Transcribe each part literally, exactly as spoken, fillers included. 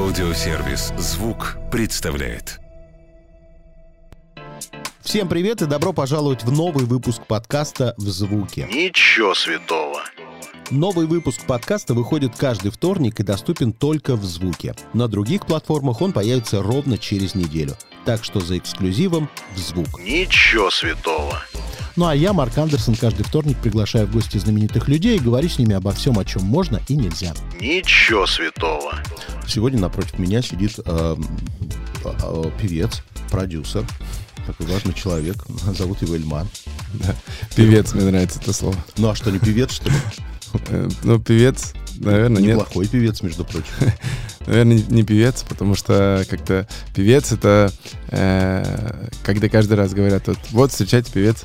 Аудиосервис «Звук» представляет. Всем привет и добро пожаловать в новый выпуск подкаста «В звуке». Ничего святого. Новый выпуск подкаста выходит каждый вторник и доступен только в звуке. На других платформах он появится ровно через неделю. Так что за эксклюзивом в звук. Ничего святого. Ну а я, Марк Андерсон, каждый вторник приглашаю в гости знаменитых людей и говорю с ними обо всем, о чем можно и нельзя. Ничего святого. Сегодня напротив меня сидит э, э, певец, продюсер, такой важный человек. Зовут его Ильман. Да. Певец, мне нравится это слово. Ну а что, не певец, что ли? Ну, певец, наверное, нет. Неплохой певец, между прочим. Наверное, не певец, потому что как-то певец — это э, когда каждый раз говорят, вот, вот встречайте, певец.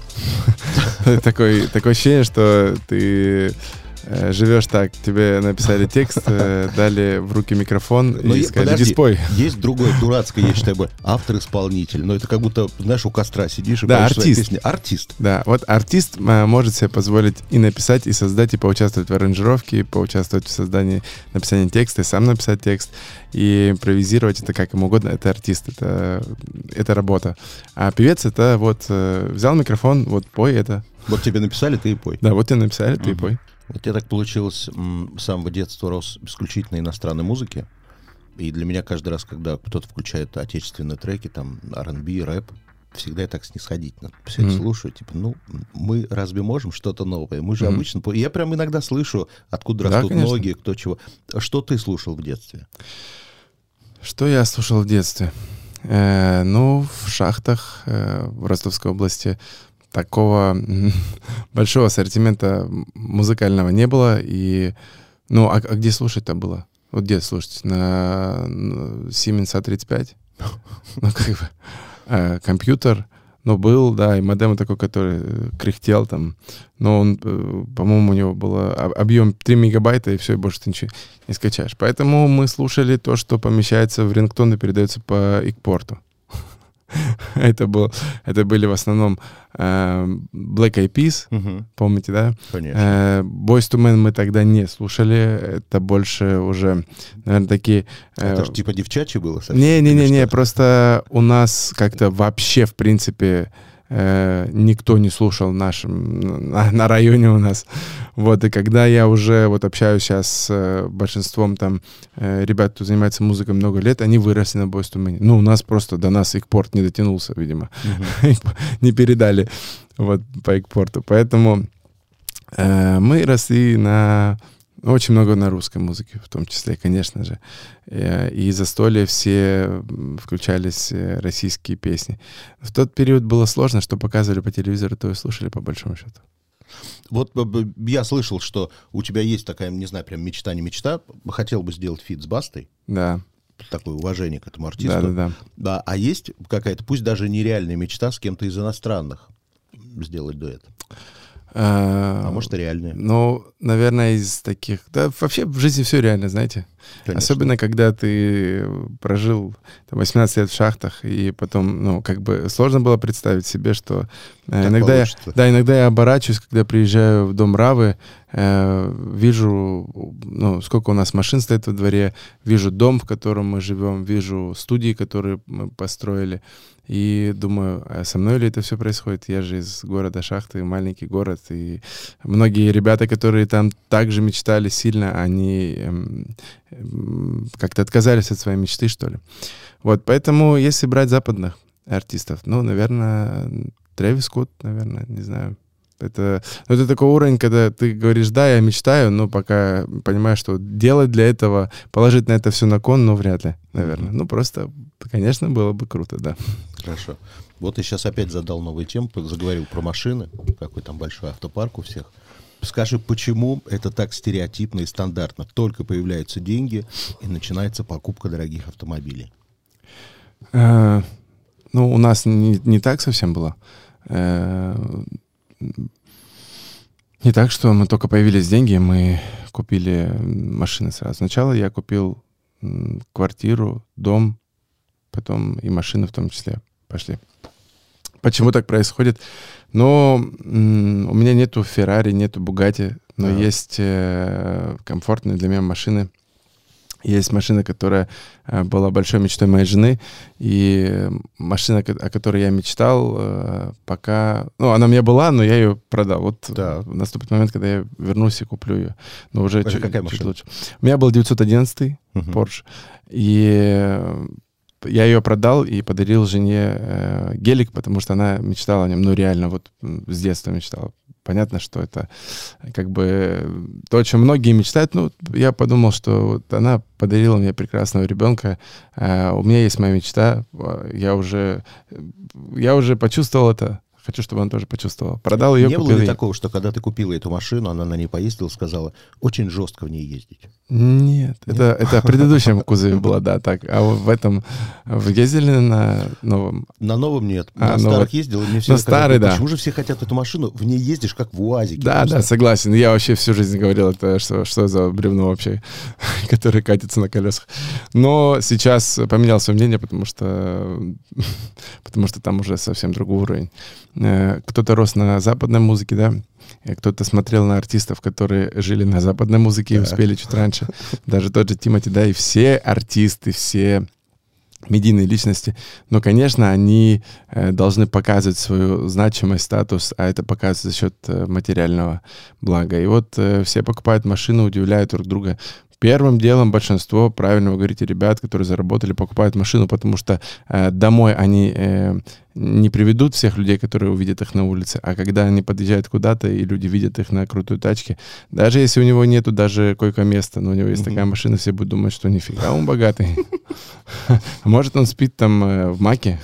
Такое ощущение, что ты живешь так, тебе написали текст, дали в руки микрофон и сказали, иди спой. Есть другое дурацкое, я считаю, автор-исполнитель, но это как будто, знаешь, у костра сидишь и да, поешь свои артист. песни. Артист. Да, вот артист может себе позволить и написать, и создать, и поучаствовать в аранжировке, и поучаствовать в создании, написании текста, и сам написать текст, и импровизировать это как ему угодно. Это артист, это, это работа. А певец — это вот взял микрофон, вот пой это. Вот тебе написали, ты и пой. Да, вот тебе написали, ты угу. и пой. Вот я так получилось, с самого детства рос исключительно иностранной музыки. И для меня каждый раз, когда кто-то включает отечественные треки, там, ар энд би, рэп, всегда я так снисходительно все это mm-hmm. слушаю. Типа, ну, мы разве можем что-то новое? Мы же mm-hmm. обычно... Я прям иногда слышу, откуда да, растут конечно. ноги, кто чего. Что ты слушал в детстве? Что я слушал в детстве? Э, ну, в шахтах э, в Ростовской области такого большого ассортимента музыкального не было. И, ну, а, а где слушать-то было? Вот где слушать? На, на Siemens а тридцать пять? Ну, как бы, э, компьютер, ну, был, да, и модем такой, который кряхтел там. Но он, э, по-моему, у него был объем три мегабайта, и все, и больше ты ничего не скачаешь. Поэтому мы слушали то, что помещается в рингтон и передается по икпорту. Это, был, это были в основном э, Black Eyed Peas, uh-huh. помните, да? Конечно. Э, Boyz two Men мы тогда не слушали, это больше уже, наверное, такие... Э, это же типа девчачьи было совсем? Не-не-не, просто у нас как-то вообще, в принципе, э, никто не слушал в нашем, на, на районе у нас. Вот, и когда я уже вот общаюсь сейчас с э, большинством там э, ребят, кто занимается музыкой много лет, они выросли на Boyz two Men. Ну, у нас просто до нас икпорт не дотянулся, видимо. Uh-huh. Не передали вот по икпорту. Поэтому э, мы росли на... Очень много на русской музыке, в том числе, конечно же. И, и застолье все включались российские песни. В тот период было сложно, что показывали по телевизору, то и слушали по большому счету. Вот я слышал, что у тебя есть такая, не знаю, прям мечта, не мечта. Хотел бы сделать фит с Бастой. Да. Такое уважение к этому артисту. Да, да, да. Да, а есть какая-то, пусть даже нереальная мечта с кем-то из иностранных сделать дуэт? А, а может, и реальные? Ну, наверное, из таких... Да, вообще в жизни все реально, знаете. Конечно. Особенно, когда ты прожил там, восемнадцать лет в шахтах, и потом, ну, как бы сложно было представить себе, что... Э, иногда я, да, иногда я оборачиваюсь, когда приезжаю в дом Равы, э, вижу, ну, сколько у нас машин стоит во дворе, вижу дом, в котором мы живем, вижу студии, которые мы построили, и думаю, а со мной ли это все происходит? Я же из города Шахты, маленький город, и многие ребята, которые там также мечтали сильно, они эм, эм, как-то отказались от своей мечты, что ли. Вот, поэтому если брать западных артистов, ну, наверное, Трэвис Скотт, наверное, не знаю. Это, ну, это такой уровень, когда ты говоришь, да, я мечтаю, но пока понимаешь, что делать для этого, положить на это все на кон, ну, вряд ли, наверное. Ну, просто, конечно, было бы круто, да. Хорошо. Вот я сейчас опять задал новую тему, заговорил про машины, какой там большой автопарк у всех. Скажи, почему это так стереотипно и стандартно? Только появляются деньги, и начинается покупка дорогих автомобилей. Э, ну, у нас не, не так совсем было. Э, Не так, что мы только появились деньги, мы купили машины сразу. Сначала я купил квартиру, дом, потом и машины в том числе пошли. Почему так происходит? Но м- у меня нету Феррари, нету Бугатти, но да. есть э- комфортные для меня машины. Есть машина, которая э, была большой мечтой моей жены, и машина, о которой я мечтал, э, пока... Ну, она у меня была, но я ее продал. Вот да. наступит момент, когда я вернусь и куплю ее. Но уже Это чуть, какая чуть машина? лучше. У меня был девятьсот одиннадцатый uh-huh. Porsche, и я ее продал и подарил жене э, гелик, потому что она мечтала о нем, ну, реально, вот с детства мечтала. Понятно, что это как бы то, о чем многие мечтают. Ну, я подумал, что вот она подарила мне прекрасного ребенка. Uh, у меня есть моя мечта. Я уже, я уже почувствовал это. Хочу, чтобы он тоже почувствовал. Продал ее, Не купил было ли ей. такого, что когда ты купила эту машину, она на ней поездила, сказала, очень жестко в ней ездить? Нет, Нет? Это, это в предыдущем кузове было, да, так. А в этом... Вы ездили на новом? На новом нет. А, на ну старых вот. ездил. И мне все на старый, да. Почему же все хотят эту машину? В ней ездишь, как в УАЗике. Да, просто. да, согласен. Я вообще всю жизнь говорил, это что, что за бревно вообще, которое катится на колесах. Но сейчас поменял свое мнение, потому что, потому что там уже совсем другой уровень. Кто-то рос на западной музыке, да, кто-то смотрел на артистов, которые жили на западной музыке и успели чуть раньше. Даже тот же Тимати, да, и все артисты, все медийные личности. Но, конечно, они э, должны показывать свою значимость, статус, а это показывается за счет э, материального блага. И вот э, все покупают машину, удивляют друг друга. Первым делом большинство, правильно вы говорите, ребят, которые заработали, покупают машину, потому что э, домой они э, не приведут всех людей, которые увидят их на улице, а когда они подъезжают куда-то, и люди видят их на крутой тачке, даже если у него нету даже койко-места, но у него есть mm-hmm. такая машина, все будут думать, что нифига он богатый. Может, он спит там в Маке,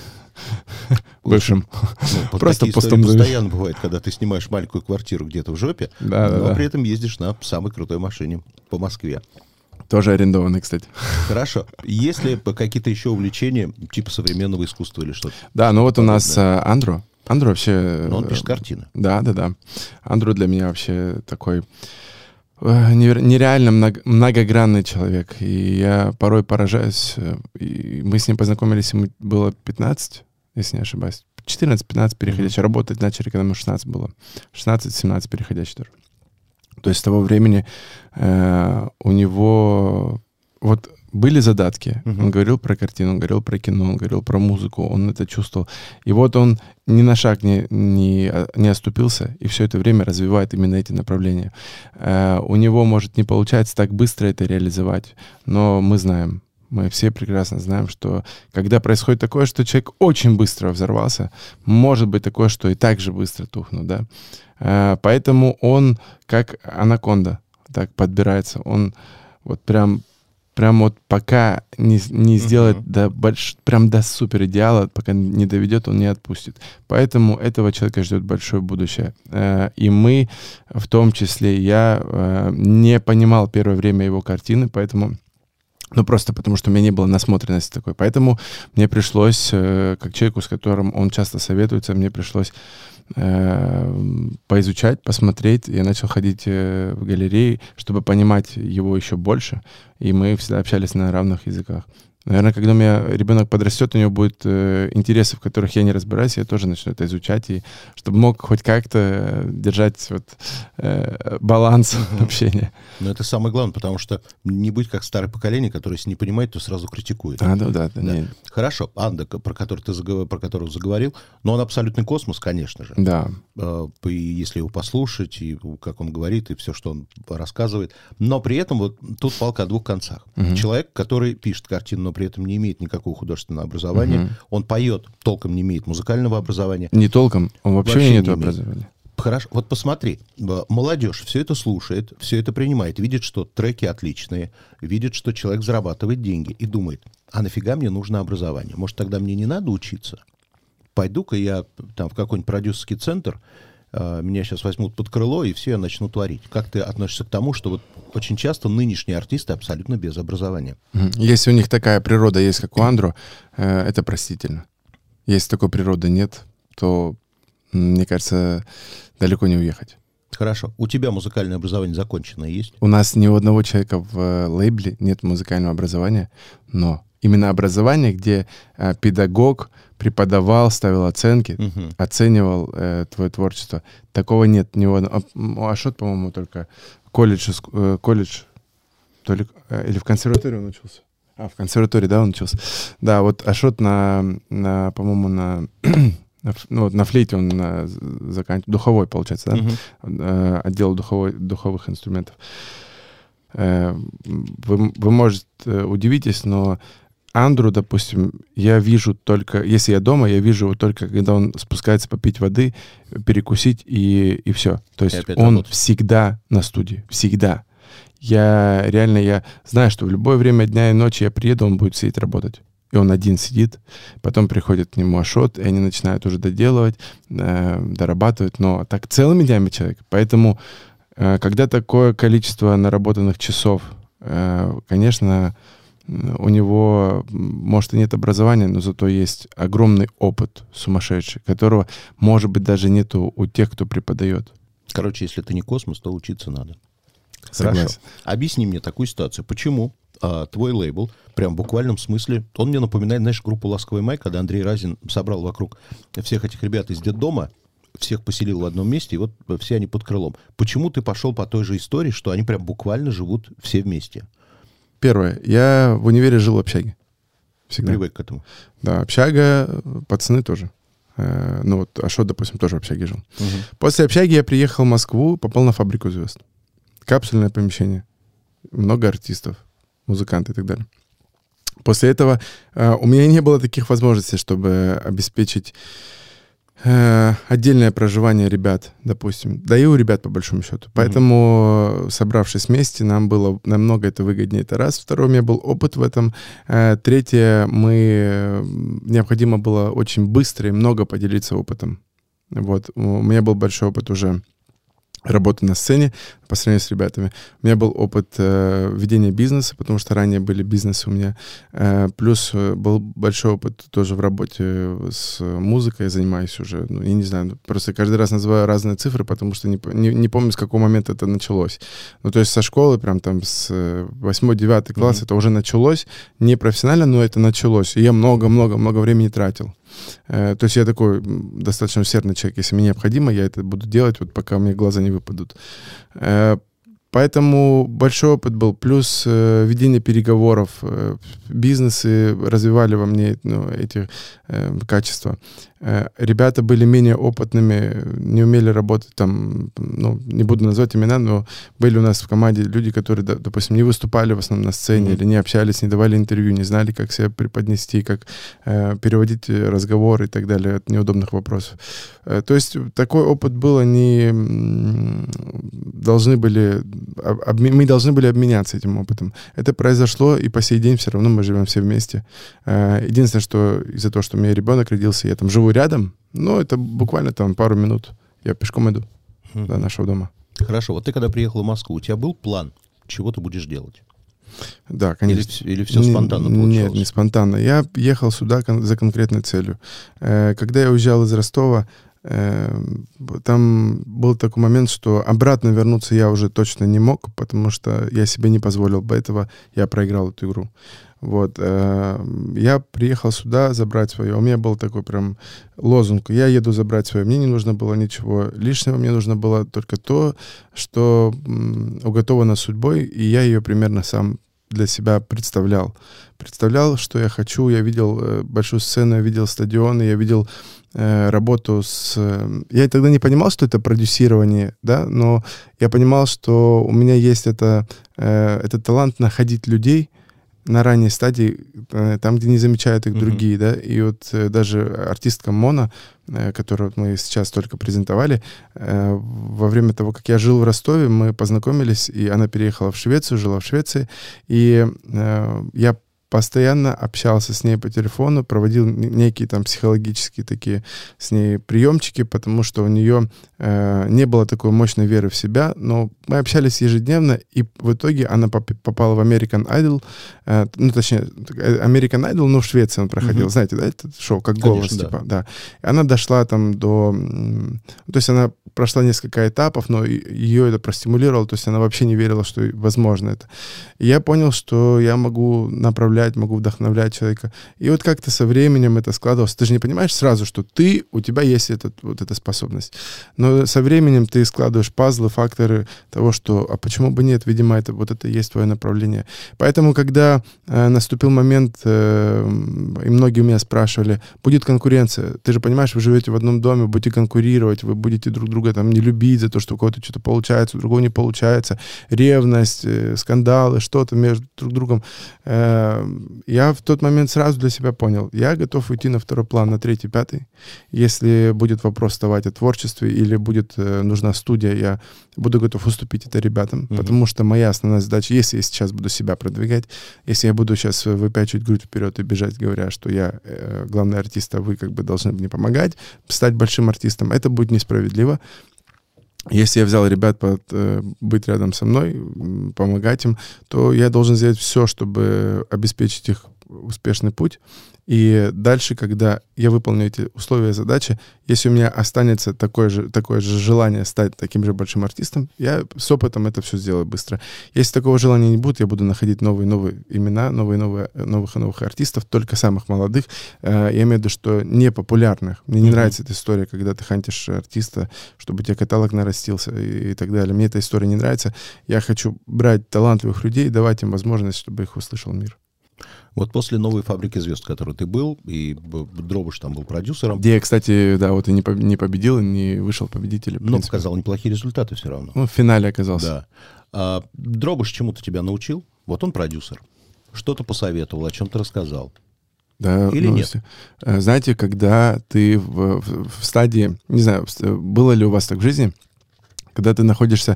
бывшем. Ну, Просто такие пустом истории постоянно бывает, когда ты снимаешь маленькую квартиру где-то в жопе, да, но да, при да. этом ездишь на самой крутой машине по Москве. Тоже арендованный, кстати. Хорошо. Есть ли какие-то еще увлечения, типа современного искусства или что-то? Да, ну вот подобное? у нас а, Андрю. Андрю вообще... Но он пишет картины. Да, да, да. Андрю для меня вообще такой э, нереально много, многогранный человек. И я порой поражаюсь. И мы с ним познакомились, ему было пятнадцать, если не ошибаюсь. четырнадцать-пятнадцать переходящих. Mm-hmm. Работать начали, когда ему шестнадцать было. шестнадцать-семнадцать переходящих тоже. То есть с того времени э, у него вот были задатки. Uh-huh. Он говорил про картину, он говорил про кино, он говорил про музыку, он это чувствовал. И вот он ни на шаг не, не, не оступился, и все это время развивает именно эти направления. Э, у него, может, не получается так быстро это реализовать, но мы знаем, мы все прекрасно знаем, что когда происходит такое, что человек очень быстро взорвался, может быть такое, что и так же быстро тухнут, да. Поэтому он как анаконда так подбирается. Он вот прям, прям вот пока не, не сделает uh-huh. до больш, прям до супер идеала, пока не доведет, он не отпустит. Поэтому этого человека ждет большое будущее. И мы, в том числе я, не понимал первое время его картины, поэтому... Ну, просто потому, что у меня не было насмотренности такой. Поэтому мне пришлось, э, как человеку, с которым он часто советуется, мне пришлось э, поизучать, посмотреть. Я начал ходить э, в галереи, чтобы понимать его еще больше. И мы всегда общались на равных языках. Наверное, когда у меня ребенок подрастет, у него будут э, интересы, в которых я не разбираюсь, я тоже начну это изучать, и чтобы мог хоть как-то держать вот, э, баланс mm-hmm. общения. Но это самое главное, потому что не быть как старое поколение, которое, если не понимает, то сразу критикует. А, да, да, да. да. Хорошо. Анда, про которую ты заговор, про которую заговорил, но он абсолютный космос, конечно же. Да. И если его послушать, и как он говорит, и все, что он рассказывает. Но при этом вот тут палка о двух концах. Mm-hmm. Человек, который пишет картину, но при этом не имеет никакого художественного образования. Uh-huh. Он поет, толком не имеет музыкального образования. Не толком, он вообще, вообще нет образования. Хорошо, вот посмотри, молодежь все это слушает, все это принимает, видит, что треки отличные, видит, что человек зарабатывает деньги и думает, а нафига мне нужно образование? Может, тогда мне не надо учиться? Пойду-ка я там в какой-нибудь продюсерский центр, меня сейчас возьмут под крыло, и все, я начну творить. Как ты относишься к тому, что вот очень часто нынешние артисты абсолютно без образования? Если у них такая природа есть, как у Андрю, это простительно. Если такой природы нет, то, мне кажется, далеко не уехать. Хорошо. У тебя музыкальное образование законченное есть? У нас ни у одного человека в лейбле нет музыкального образования, но именно образование, где э, педагог преподавал, ставил оценки, uh-huh. оценивал э, твое творчество. Такого нет ни у одного. А, Ашот, по-моему, только колледж, э, колледж то ли, или в консерватории он учился. А, в консерватории, да, он учился. Да, вот Ашот на, на по-моему, на, ну, на флейте он заканчивал, духовой, получается, да, uh-huh. отдел духовой, духовых инструментов. Вы, вы, может, удивитесь, но Андру, допустим, я вижу только, если я дома, я вижу его только, когда он спускается попить воды, перекусить и, и все. То есть он работает. Всегда на студии, всегда. Я реально, я знаю, что в любое время дня и ночи я приеду, он будет сидеть работать. И он один сидит, потом приходит к нему Ашот, и они начинают уже доделывать, э, дорабатывать, но так целыми днями человек. Поэтому, э, когда такое количество наработанных часов, э, конечно, у него, может, и нет образования, но зато есть огромный опыт сумасшедший, которого, может быть, даже нету у тех, кто преподает. Короче, если это не космос, то учиться надо. Согласен. Хорошо. Объясни мне такую ситуацию. Почему а, твой лейбл, прям в буквальном смысле, он мне напоминает, знаешь, группу «Ласковый май», когда Андрей Разин собрал вокруг всех этих ребят из детдома, всех поселил в одном месте, и вот все они под крылом. Почему ты пошел по той же истории, что они прям буквально живут все вместе? Первое. Я в универе жил в общаге. Всегда. Привык к этому. Да, общага, пацаны тоже. Э, ну вот Ашот, допустим, тоже в общаге жил. Угу. После общаги я приехал в Москву, попал на фабрику звезд. Капсульное помещение. Много артистов, музыканты и так далее. После этого э, у меня не было таких возможностей, чтобы обеспечить э, отдельное проживание ребят, допустим. Да и у ребят, по большому счету. Поэтому, mm-hmm. собравшись вместе, нам было намного это выгоднее. Это раз. Второе, у меня был опыт в этом. Э, третье, мы... необходимо было очень быстро и много поделиться опытом. Вот. У меня был большой опыт уже работы на сцене по сравнению с ребятами. У меня был опыт э, ведения бизнеса, потому что ранее были бизнесы у меня. Э, плюс э, был большой опыт тоже в работе с музыкой. Я занимаюсь уже, ну, я не знаю, просто каждый раз называю разные цифры, потому что не, не, не помню, с какого момента это началось. Ну, то есть со школы, прям там с восьмой-девятый класс mm-hmm. это уже началось. Не профессионально, но это началось. И я много-много-много времени тратил. То есть я такой достаточно усердный человек. Если мне необходимо, я это буду делать, вот пока у меня глаза не выпадут. Поэтому большой опыт был. Плюс э, ведение переговоров. Э, бизнесы развивали во мне, ну, эти э, качества. Э, ребята были менее опытными, не умели работать там, ну, не буду называть имена, но были у нас в команде люди, которые, допустим, не выступали в основном на сцене, mm-hmm. или не общались, не давали интервью, не знали, как себя преподнести, как э, переводить разговор и так далее от неудобных вопросов. Э, то есть такой опыт был, они должны были... мы должны были обменяться этим опытом. Это произошло, и по сей день все равно мы живем все вместе. Единственное, что из-за того, что у меня ребенок родился, я там живу рядом, но это буквально там пару минут. Я пешком иду mm-hmm. до нашего дома. Хорошо. Вот ты когда приехал в Москву, у тебя был план, чего ты будешь делать? Да, конечно. Или, или все спонтанно не, получилось? Нет, не спонтанно. Я ехал сюда кон- за конкретной целью. Когда я уезжал из Ростова, там был такой момент, что обратно вернуться я уже точно не мог, потому что я себе не позволил бы этого, я проиграл эту игру. Вот. Я приехал сюда забрать свое. У меня был такой прям лозунг: я еду забрать свое. Мне не нужно было ничего лишнего, мне нужно было только то, что уготовано судьбой, и я ее примерно сам для себя представлял. Представлял, что я хочу. Я видел большую сцену, я видел стадионы, я видел э, работу с... Я тогда не понимал, что это продюсирование, да, но я понимал, что у меня есть это, э, этот талант находить людей на ранней стадии, э, там, где не замечают их mm-hmm. другие, да, и вот э, даже артистка Мона, э, которую мы сейчас только презентовали, э, во время того, как я жил в Ростове, мы познакомились, и она переехала в Швецию, жила в Швеции, и э, я постоянно общался с ней по телефону, проводил некие там психологические такие с ней приемчики, потому что у нее э, не было такой мощной веры в себя, но мы общались ежедневно, и в итоге она поп- попала в American Idol, э, ну, точнее, American Idol, но в Швеции он проходил, mm-hmm. знаете, да, это шоу, как Конечно, «Голос», да. типа, да. И она дошла там до... То есть она прошла несколько этапов, но ее это простимулировало, то есть она вообще не верила, что возможно это. И я понял, что я могу направлять, могу вдохновлять человека. И вот как-то со временем это складывалось. Ты же не понимаешь сразу, что ты, у тебя есть этот, вот эта способность. Но со временем ты складываешь пазлы, факторы того, что, а почему бы нет, видимо, это, вот это и есть твое направление. Поэтому, когда э, наступил момент, э, и многие у меня спрашивали, будет конкуренция, ты же понимаешь, вы живете в одном доме, будете конкурировать, вы будете друг друга там не любить за то, что у кого-то что-то получается, у другого не получается, ревность, э, скандалы, что-то между друг другом. Э, я в тот момент сразу для себя понял, я готов уйти на второй план, на третий, пятый. Если будет вопрос вставать о творчестве или будет э, нужна студия, я буду готов уступить это ребятам, mm-hmm. потому что моя основная задача, если я сейчас буду себя продвигать, если я буду сейчас выпячивать грудь вперед и бежать, говоря, что я э, главный артист, а вы как бы должны мне помогать, стать большим артистом, это будет несправедливо. Если я взял ребят под, э, быть рядом со мной, помогать им, то я должен сделать все, чтобы обеспечить их успешный путь. И дальше, когда я выполню эти условия, задачи, если у меня останется такое же, такое же желание стать таким же большим артистом, я с опытом это все сделаю быстро. Если такого желания не будет, я буду находить новые новые имена, новые новые новых и новых артистов, только самых молодых. Я имею в виду, что не популярных. Мне не mm-hmm. нравится эта история, когда ты хантишь артиста, чтобы у тебя каталог нарастился и, и так далее. Мне эта история не нравится. Я хочу брать талантливых людей и давать им возможность, чтобы их услышал мир. Вот после «Новой фабрики звезд», в которой ты был, и Дробыш там был продюсером. Где я, кстати, да, вот и не победил, и не вышел победителем. Но показал неплохие результаты все равно. Ну, в финале оказался. Да. А Дробыш чему-то тебя научил? Вот он продюсер. Что-то посоветовал, о чем-то рассказал. Да, или ну, нет? Знаете, когда ты в, в, в стадии, не знаю, было ли у вас так в жизни, когда ты находишься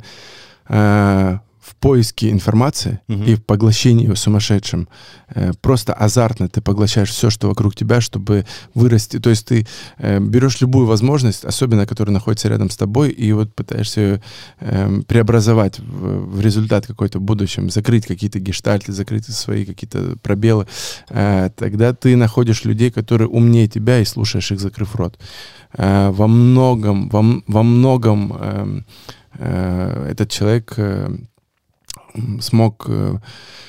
э, в поиске информации угу. и в поглощении ее сумасшедшим, э, просто азартно ты поглощаешь все, что вокруг тебя, чтобы вырасти. То есть ты э, берешь любую возможность, особенно которая находится рядом с тобой, и вот пытаешься ее э, преобразовать в, в результат какой-то в будущем, закрыть какие-то гештальты, закрыть свои какие-то пробелы. Э, тогда ты находишь людей, которые умнее тебя, и слушаешь их, закрыв рот. Э, во многом, во, во многом э, э, этот человек э, смог э,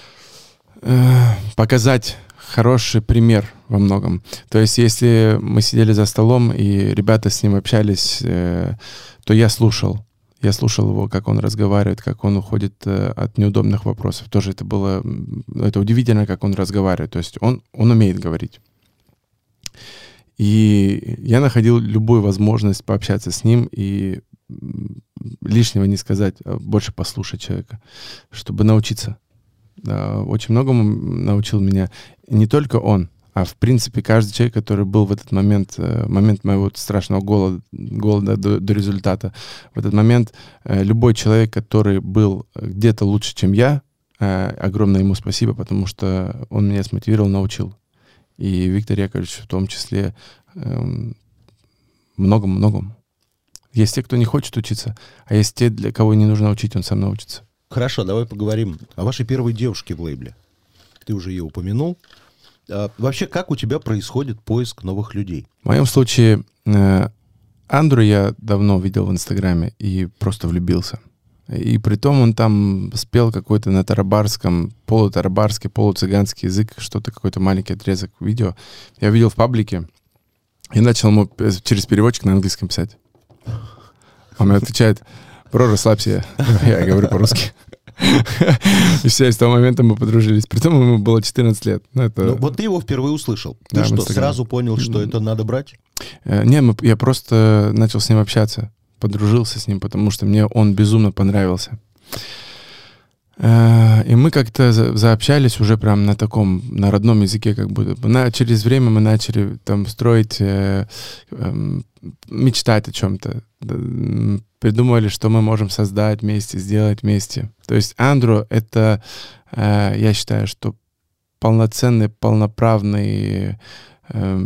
э, показать хороший пример во многом. То есть, если мы сидели за столом, и ребята с ним общались, э, то я слушал. Я слушал его, как он разговаривает, как он уходит э, от неудобных вопросов. Тоже это было... Это удивительно, как он разговаривает. То есть, он, он умеет говорить. И я находил любую возможность пообщаться с ним и лишнего не сказать, а больше послушать человека, чтобы научиться. Да, очень многому научил меня не только он, а в принципе каждый человек, который был в этот момент, момент моего страшного голода, голода до, до результата, в этот момент любой человек, который был где-то лучше, чем я, огромное ему спасибо, потому что он меня смотивировал, научил. И Виктор Яковлевич в том числе многому-многому. Есть те, кто не хочет учиться, а есть те, для кого не нужно учить, он сам научится. Хорошо, давай поговорим о вашей первой девушке в лейбле. Ты уже ее упомянул. А вообще, как у тебя происходит поиск новых людей? В моем случае э, Андрю я давно видел в Инстаграме и просто влюбился. И притом он там спел какой-то на тарабарском, полутарабарский, полуцыганский язык, что-то, какой-то маленький отрезок видео. Я видел в паблике и начал ему через переводчик на английском писать. Он мне отвечает: «Бро, расслабься». Я говорю по-русски. И все, с того момента мы подружились. Притом ему было четырнадцать лет. Ну, это... ну, вот ты его впервые услышал. Ты да, что, сразу понял, что это надо брать? Не, мы, я просто начал с ним общаться. Подружился с ним, потому что мне он безумно понравился. И мы как-то заобщались уже прям на таком, на родном языке, как будто бы. На, через время мы начали там строить, э, э, мечтать о чем-то. Придумывали, что мы можем создать вместе, сделать вместе. То есть Андрю — это, э, я считаю, что полноценный, полноправный... Э,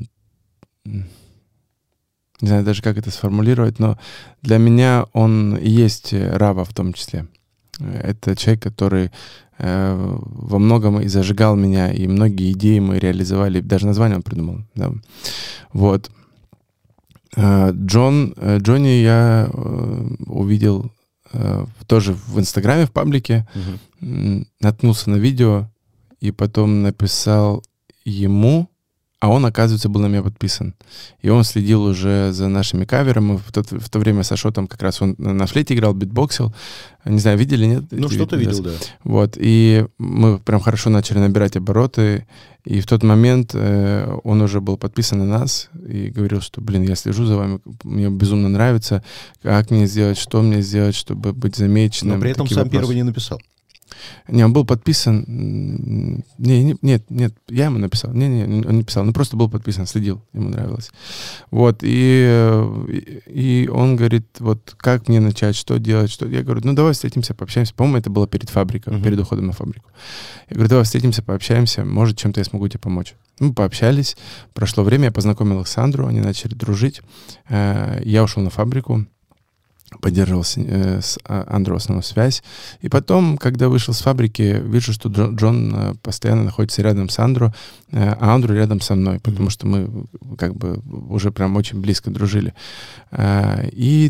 не знаю даже, как это сформулировать, но для меня он и есть Рава в том числе. Это человек, который э, во многом и зажигал меня, и многие идеи мы реализовали, даже название он придумал. Да. Вот. Джон, Джонни я увидел тоже в Инстаграме, в паблике, угу. наткнулся на видео и потом написал ему, а он, оказывается, был на меня подписан. И он следил уже за нашими каверами. В то, в то время с Ашотом как раз он на флейте играл, битбоксил. Не знаю, видели, нет? Ну, что-то видел, да. Вот, и мы прям хорошо начали набирать обороты. И в тот момент э, он уже был подписан на нас и говорил, что, блин, я слежу за вами, мне безумно нравится, как мне сделать, что мне сделать, чтобы быть замеченным. Но при этом сам вопросы. Первый не написал. Не, он был подписан. Не, не, нет, нет, я ему написал. Не, не, он не писал. Он просто был подписан, следил, ему нравилось. Вот, и, и он говорит, вот как мне начать, что делать, что... Я говорю, ну давай встретимся, пообщаемся. По-моему, это было перед фабрикой, uh-huh. перед уходом на фабрику. Я говорю, давай встретимся, пообщаемся, может, чем-то я смогу тебе помочь. Мы пообщались, прошло время, я познакомил их с Андро, они начали дружить. Я ушел на фабрику, поддерживал с, э, с Андро основную связь. И потом, когда вышел с фабрики, вижу, что Джон, Джон э, постоянно находится рядом с Андро, э, а Андро рядом со мной, потому mm-hmm. что мы как бы уже прям очень близко дружили. Э, и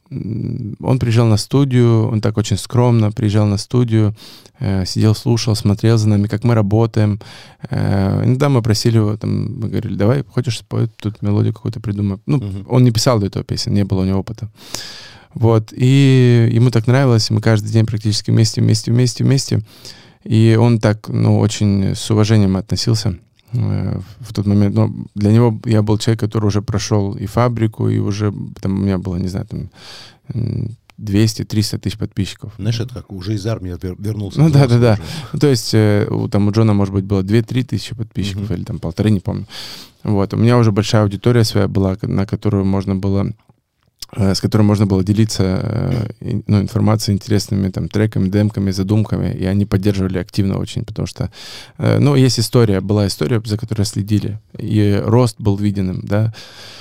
он приезжал на студию, он так очень скромно приезжал на студию, э, сидел, слушал, смотрел за нами, как мы работаем. Э, иногда мы просили его, там, мы говорили, давай, хочешь спой, тут мелодию какую-то придумай. Ну, mm-hmm. он не писал до этого песен, не было у него опыта. Вот, и ему так нравилось, мы каждый день практически вместе, вместе, вместе, вместе. И он так, ну, очень с уважением относился э, в тот момент. Но для него я был человек, который уже прошел и фабрику, и уже, там, у меня было, не знаю, там, двести-триста тысяч подписчиков. Знаешь, это как уже из армии вернулся. Ну, да-да-да. Ну, то есть, э, у, там, у Джона, может быть, было две-три тысячи подписчиков, uh-huh. или там полторы, не помню. Вот, у меня уже большая аудитория своя была, на которую можно было... с которой можно было делиться ну, информацией, интересными там, треками, демками, задумками, и они поддерживали активно очень, потому что, ну, есть история, была история, за которой следили, и рост был виденным, да,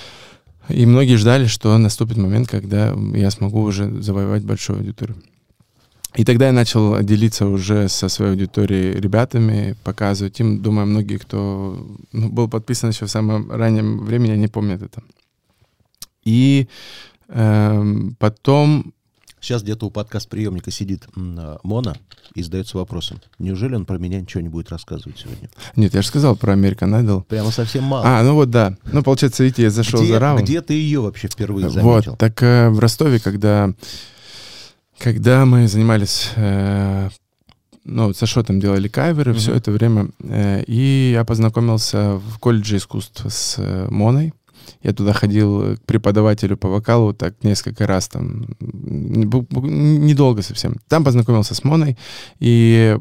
и многие ждали, что наступит момент, когда я смогу уже завоевать большую аудиторию. И тогда я начал делиться уже со своей аудиторией ребятами, показывать им, думаю, многие, кто ну, был подписан еще в самом раннем времени, они помнят это. И потом... Сейчас где-то у подкаст-приемника сидит Мона и задается вопросом, неужели он про меня ничего не будет рассказывать сегодня? Нет, я же сказал про American Idol. Прямо совсем мало. А, ну вот да. Ну, получается, видите, я зашел где, за раунд. Где ты ее вообще впервые заметил? Вот, так э, в Ростове, когда, когда мы занимались... Э, ну, с Ашотом делали каверы, uh-huh. все это время. Э, и я познакомился в колледже искусств с э, Моной. Я туда ходил к преподавателю по вокалу так несколько раз, там, недолго совсем. Там познакомился с Моной, и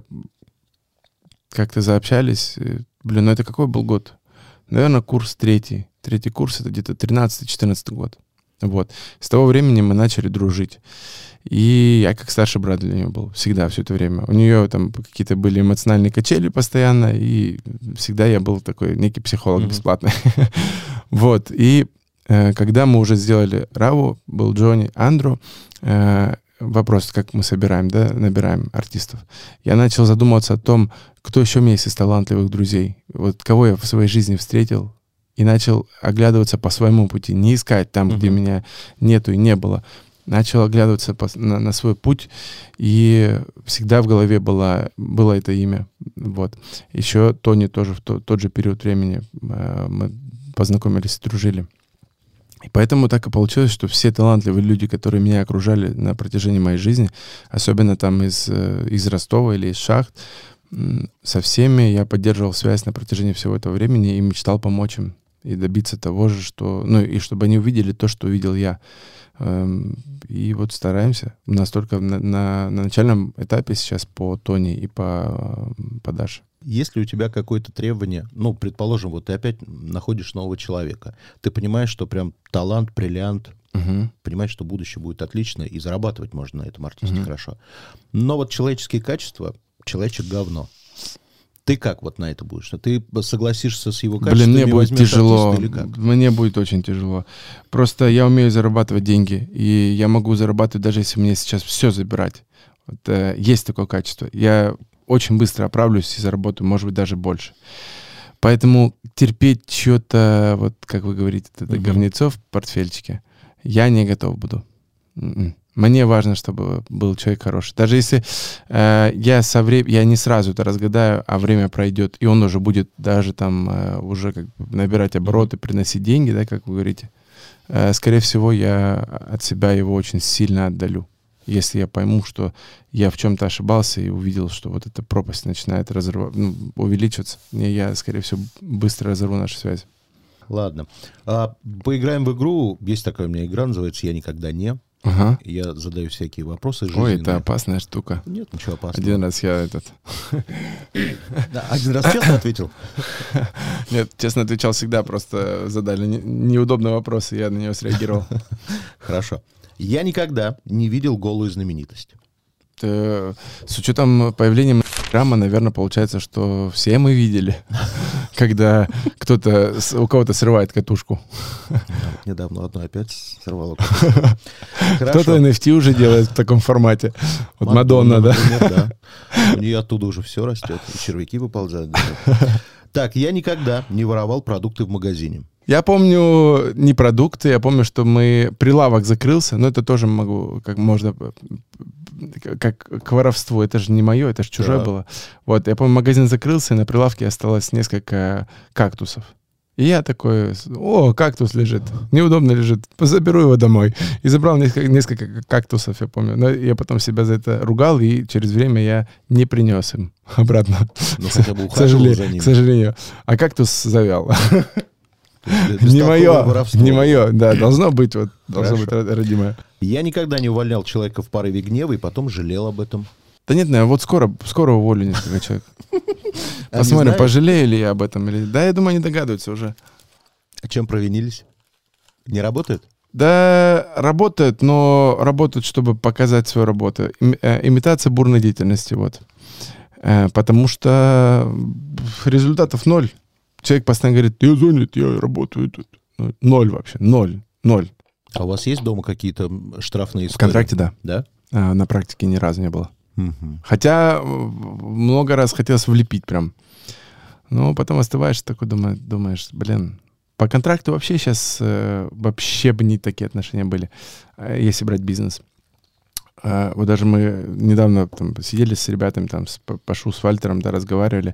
как-то заобщались. Блин, ну это какой был год? Наверное, курс третий. Третий курс — это где-то тринадцатый-четырнадцатый год. Вот. С того времени мы начали дружить. И я как старший брат для нее был всегда, все это время. У нее там какие-то были эмоциональные качели постоянно, и всегда я был такой некий психолог mm-hmm. бесплатный. Вот. И э, когда мы уже сделали Раву, был Джонни, Андро, э, вопрос, как мы собираем, да, набираем артистов. Я начал задумываться о том, кто еще у меня есть из талантливых друзей. Вот кого я в своей жизни встретил, и начал оглядываться по своему пути, не искать там, mm-hmm. где меня нету и не было. Начал оглядываться по, на, на свой путь, и всегда в голове было, было это имя. Вот. Еще Тони тоже в то, тот же период времени э, мы познакомились и дружили. И поэтому так и получилось, что все талантливые люди, которые меня окружали на протяжении моей жизни, особенно там из, из Ростова или из Шахт, со всеми я поддерживал связь на протяжении всего этого времени и мечтал помочь им и добиться того же, что... Ну, и чтобы они увидели то, что увидел я. И вот стараемся. У нас только на, на, на начальном этапе сейчас по Тони и по, по Даше. Есть ли у тебя какое-то требование, ну, предположим, вот ты опять находишь нового человека, ты понимаешь, что прям талант, бриллиант, угу. понимаешь, что будущее будет отлично, и зарабатывать можно на этом артисте угу. хорошо. Но вот человеческие качества, человечек говно. Ты как вот на это будешь? Ты согласишься с его качествами? Блин, мне будет тяжело. Мне будет очень тяжело. Просто я умею зарабатывать деньги, и я могу зарабатывать, даже если мне сейчас все забирать. Вот, э, есть такое качество. Я очень быстро оправлюсь и заработаю, может быть, даже больше. Поэтому терпеть что-то, вот как вы говорите, это Мгм. говнецов в портфельчике, я не готов буду. М-м. Мне важно, чтобы был человек хороший. Даже если э, я со временем, я не сразу это разгадаю, а время пройдет, и он уже будет даже там э, уже как бы набирать обороты, приносить деньги, да, как вы говорите, э, скорее всего, я от себя его очень сильно отдалю. Если я пойму, что я в чем-то ошибался и увидел, что вот эта пропасть начинает разрыв... ну, увеличиваться, и я, скорее всего, быстро разорву нашу связь. Ладно. А, поиграем в игру. Есть такая у меня игра, называется «Я никогда не». Ага. Я задаю всякие вопросы жизненные. Ой, это опасная штука. Нет, ничего опасного. Один раз я этот... Да, один раз честно ответил? Нет, честно отвечал всегда, просто задали не- неудобный вопрос, и я на него среагировал. Хорошо. Я никогда не видел голую знаменитость. Э, С учетом появления Инстаграма, наверное, получается, что все мы видели, когда кто-то, с- у кого-то срывает катушку. Да, вот недавно одно опять сорвало. Кто-то эн эф ти уже делает в таком формате. Вот Мадонна, да. например, да. У нее оттуда уже все растет, и червяки выползают. Так, я никогда не воровал продукты в магазине. Я помню не продукты, я помню, что мы прилавок закрылся, но это тоже могу, как можно, э, как к воровству. Это же не мое, это же чужое Да. было. Вот, я помню, магазин закрылся, и на прилавке осталось несколько кактусов. И я такой, о, кактус лежит, неудобно лежит, заберу его домой. И забрал несколько, несколько кактусов, я помню. Но я потом себя за это ругал, и через время я не принес им обратно. Ну, хотя бы К ухаживал сожалению, за ними. к сожалению. А кактус завял. Не Бестолковое мое, воровство. не мое, да, должно быть, вот, должно быть Хорошо. ро- родимое. Я никогда не увольнял человека в порыве гнева и потом жалел об этом. Да нет, наверное, вот скоро, скоро уволю несколько человек. А Посмотрим, не знаешь, пожалею ли я об этом или... Да, я думаю, они догадываются уже. чем провинились? Не работает? Да, работают, но работают, чтобы показать свою работу. Им- э, Имитация бурной деятельности, вот. Э, Потому что результатов ноль. Человек постоянно говорит, я занят, я работаю тут. Ну, Ноль вообще, ноль, ноль. А у вас есть дома какие-то м, штрафные В истории? контракте, да. Да? А на практике ни разу не было. Мгм. Хотя э, много раз хотелось влепить прям. Но потом остываешь такой, думаешь, думаешь, блин, по контракту вообще сейчас э, вообще бы не такие отношения были, э, если брать бизнес. Э, вот даже мы недавно там сидели с ребятами, там, с П- Пашу, с Вальтером, да, разговаривали.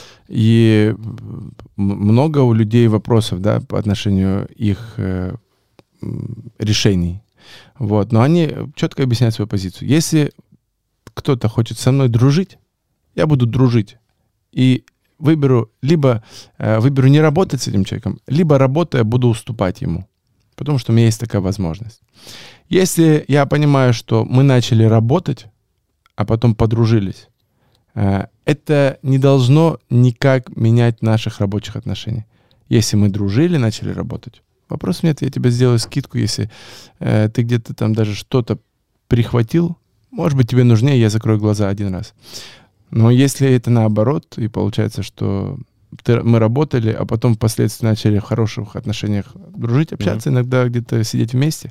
И м- много у людей вопросов, да, по отношению их э, м, решений. Вот. Но они четко объясняют свою позицию. Если кто-то хочет со мной дружить, я буду дружить. И выберу, либо э, выберу не работать с этим человеком, либо работая буду уступать ему. Потому что у меня есть такая возможность. Если я понимаю, что мы начали работать, а потом подружились, э, это не должно никак менять наших рабочих отношений. Если мы дружили, начали работать, вопросов нет, я тебе сделаю скидку, если э, ты где-то там даже что-то прихватил, может быть, тебе нужнее, я закрою глаза один раз. Но если это наоборот, и получается, что ты- мы работали, а потом впоследствии начали в хороших отношениях дружить, общаться, иногда где-то сидеть вместе,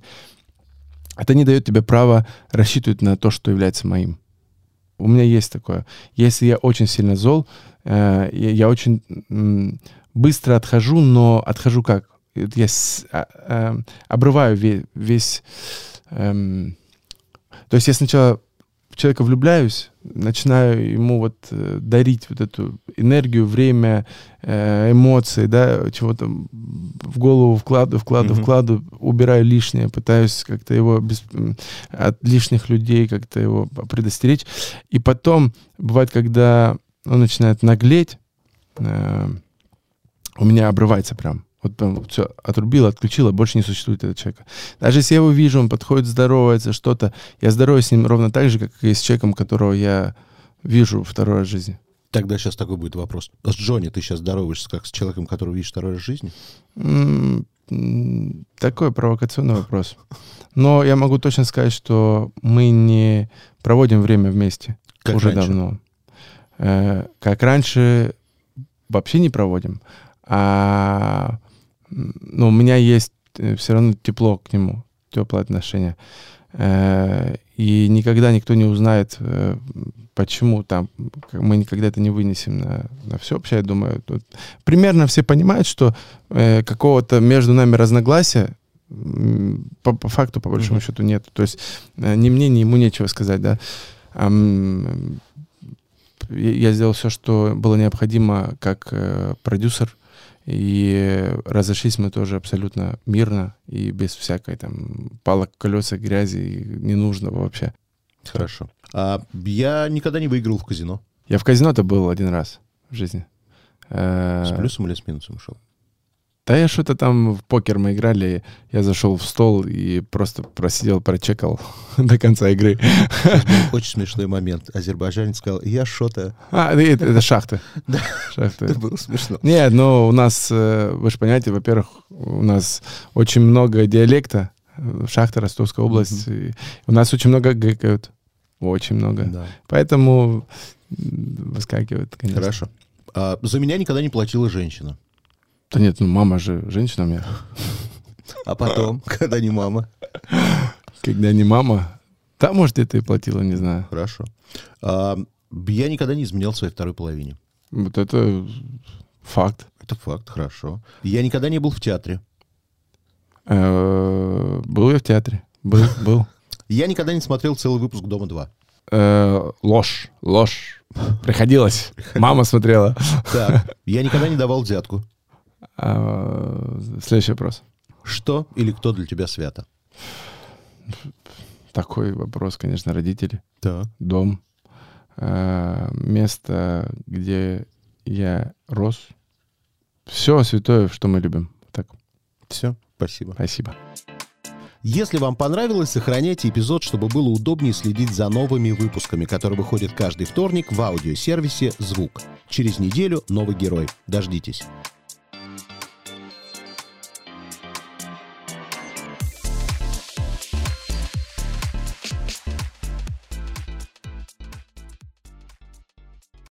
это не дает тебе права рассчитывать на то, что является моим. У меня есть такое. Если я очень сильно зол, э, я, я очень м, быстро отхожу, но отхожу как? Вот я с- а- а, обрываю ве- весь... эм, то есть я сначала в человека влюбляюсь, начинаю ему вот э, дарить вот эту энергию, время, э, эмоции, да, чего-то в голову вкладываю, вкладываю, Мгм. вкладываю, убираю лишнее, пытаюсь как-то его без- м, от лишних людей как-то его предостеречь. И потом бывает, когда он начинает наглеть, э, у меня обрывается прям. Вот прям все, отрубило, отключило, больше не существует этого человека. Даже если я его вижу, он подходит, здоровается, что-то, я здороваюсь с ним ровно так же, как и с человеком, которого я вижу второй раз в жизни. Тогда сейчас такой будет вопрос. С Джонни ты сейчас здороваешься как с человеком, которого видишь второй раз в жизни? М, м, Такой провокационный вопрос. Но я могу точно сказать, что мы не проводим время вместе Как уже раньше? давно. Э, Как раньше вообще не проводим. А м, ну, у меня есть все равно тепло к нему, теплое отношение. Э, и никогда никто не узнает, почему там. Мы никогда это не вынесем на, на всеобщее, я думаю. Тут примерно все понимают, что э, какого-то между нами разногласия по, по факту, по большому mm-hmm. счету, нет. То есть э, ни мне, ни ему нечего сказать, да. Эм, я сделал все, что было необходимо как э, продюсер, и разошлись мы тоже абсолютно мирно и без всякой там палок, колеса, грязи, ненужного вообще. Хорошо. А я никогда не выиграл в казино. Я в казино-то был один раз в жизни. С плюсом или с минусом шел? Да я что-то там в покер мы играли, я зашел в стол и просто просидел, прочекал до конца игры. Сейчас был очень смешной момент. Азербайджанец сказал, я что-то... А, это, это шахты. Да, шахты. Это было смешно. Нет, ну у нас, вы же понимаете, во-первых, у нас очень много диалекта. Шахта, Ростовская область. Mm-hmm. У нас очень много гэкают. Очень много. Да. Поэтому выскакивают, конечно. Хорошо. А за меня никогда не платила женщина. Да нет, ну мама же женщина у меня. А потом, когда не мама? Когда не мама? Да, может, где-то и платила, не знаю. Хорошо. А, я никогда не изменял своей второй половине. Вот это факт. Это факт, хорошо. Я никогда не был в театре. Был я в театре. Был, был. Я никогда не смотрел целый выпуск «Дома-два». Ложь, ложь. Приходилось. Мама смотрела. Так, я никогда не давал взятку. Следующий вопрос. Что или кто для тебя свято? Такой вопрос, конечно, родители. Да. Дом. Место, где я рос. Все святое, что мы любим. Так. Все. Спасибо. Спасибо. Если вам понравилось, сохраняйте эпизод, чтобы было удобнее следить за новыми выпусками, которые выходят каждый вторник в аудиосервисе «Звук». Через неделю новый герой. Дождитесь.